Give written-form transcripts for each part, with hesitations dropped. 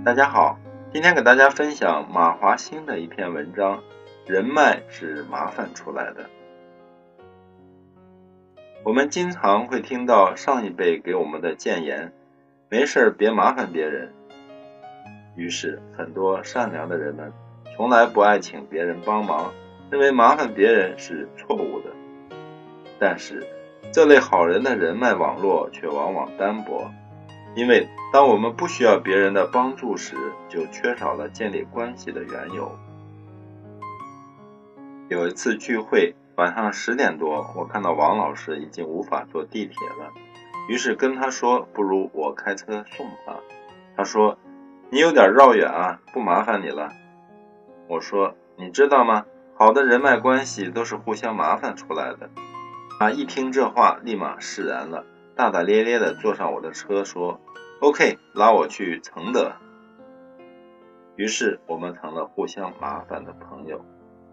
大家好，今天给大家分享马华兴的一篇文章，人脉是麻烦出来的。我们经常会听到上一辈给我们的谏言，没事别麻烦别人。于是很多善良的人们从来不爱请别人帮忙，认为麻烦别人是错误的。但是这类好人的人脉网络却往往单薄，因为当我们不需要别人的帮助时，就缺少了建立关系的缘由。有一次聚会，晚上10点多，我看到王老师已经无法坐地铁了，于是跟他说，不如我开车送他。他说，你有点绕远啊，不麻烦你了。我说，你知道吗？好的人脉关系都是互相麻烦出来的。他一听这话，立马释然了，大大咧咧地坐上我的车，说 OK， 拉我去承德。于是我们成了互相麻烦的朋友。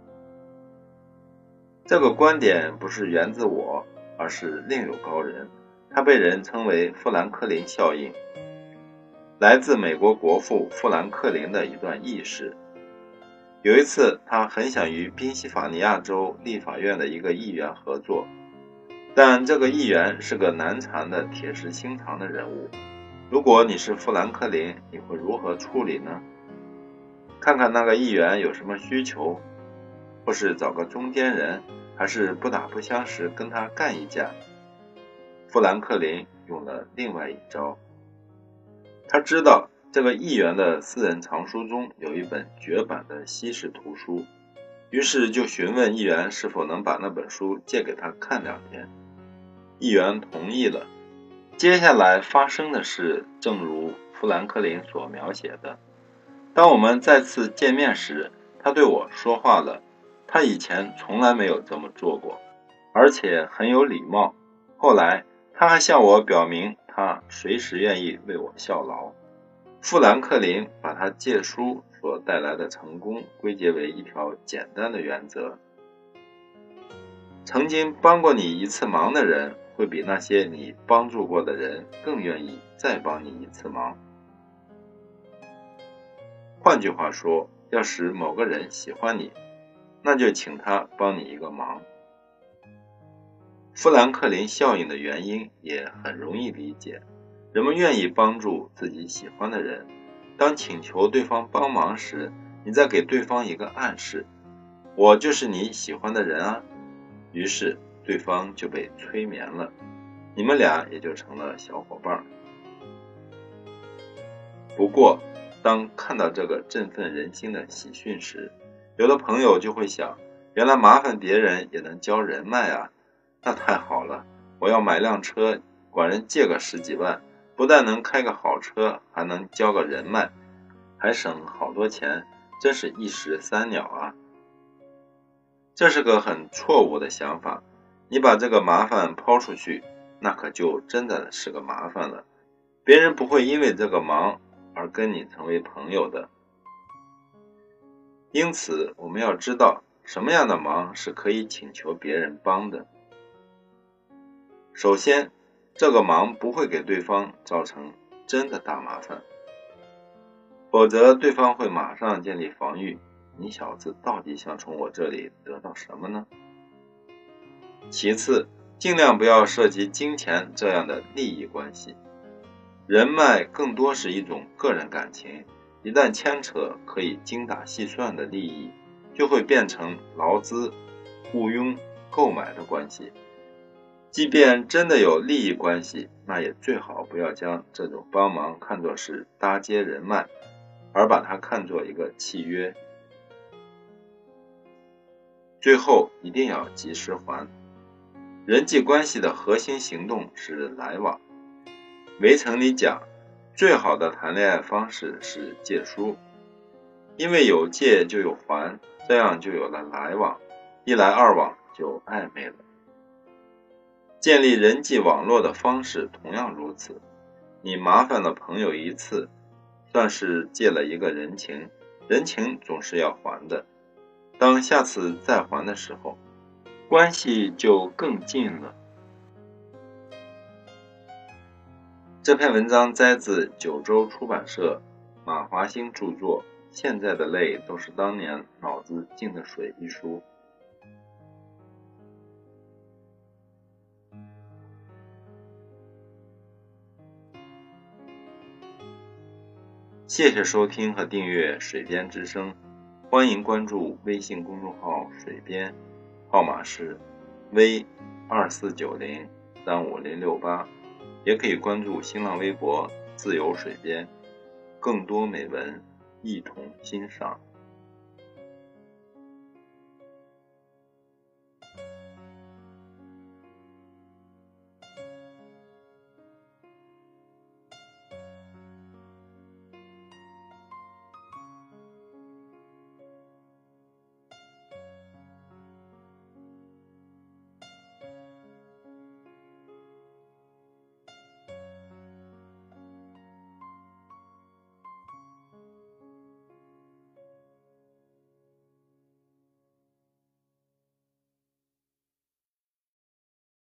这个观点不是源自我，而是另有高人，他被人称为富兰克林效应，来自美国国父富兰克林的一段轶事。有一次，他很想与宾夕法尼亚州立法院的一个议员合作，但这个议员是个难缠的铁石心肠的人物。如果你是富兰克林，你会如何处理呢？看看那个议员有什么需求，或是找个中间人，还是不打不相识跟他干一架？富兰克林用了另外一招。他知道这个议员的私人藏书中有一本绝版的西式图书，于是就询问议员是否能把那本书借给他看2天。议员同意了。接下来发生的事正如富兰克林所描写的。当我们再次见面时，他对我说话了，他以前从来没有这么做过，而且很有礼貌。后来他还向我表明他随时愿意为我效劳。富兰克林把他借书所带来的成功归结为一条简单的原则：曾经帮过你一次忙的人，会比那些你帮助过的人更愿意再帮你一次忙。换句话说，要使某个人喜欢你，那就请他帮你一个忙。富兰克林效应的原因也很容易理解，人们愿意帮助自己喜欢的人。当请求对方帮忙时，你再给对方一个暗示，我就是你喜欢的人啊。于是对方就被催眠了，你们俩也就成了小伙伴。不过当看到这个振奋人心的喜讯时，有的朋友就会想，原来麻烦别人也能交人脉啊，那太好了，我要买辆车，管人借个10几万，不但能开个好车，还能交个人脉，还省好多钱，真是一石三鸟啊。这是个很错误的想法，你把这个麻烦抛出去，那可就真的是个麻烦了，别人不会因为这个忙而跟你成为朋友的。因此我们要知道什么样的忙是可以请求别人帮的。首先，这个忙不会给对方造成真的大麻烦，否则对方会马上建立防御，你小子到底想从我这里得到什么呢？其次，尽量不要涉及金钱这样的利益关系。人脉更多是一种个人感情，一旦牵扯可以精打细算的利益，就会变成劳资、雇佣、购买的关系。即便真的有利益关系，那也最好不要将这种帮忙看作是搭接人脉，而把它看作一个契约。最后一定要及时还。人际关系的核心行动是来往。围城里讲，最好的谈恋爱方式是借书，因为有借就有还，这样就有了来往，一来二往就暧昧了。建立人际网络的方式同样如此，你麻烦了朋友一次，算是借了一个人情，人情总是要还的。当下次再还的时候，关系就更近了。这篇文章摘自九州出版社马华兴著作《现在的泪都是当年脑子进的水》一书。谢谢收听和订阅水边之声，欢迎关注微信公众号水边，号码是 V2490-35068，也可以关注新浪微博自由水边，更多美文一同欣赏。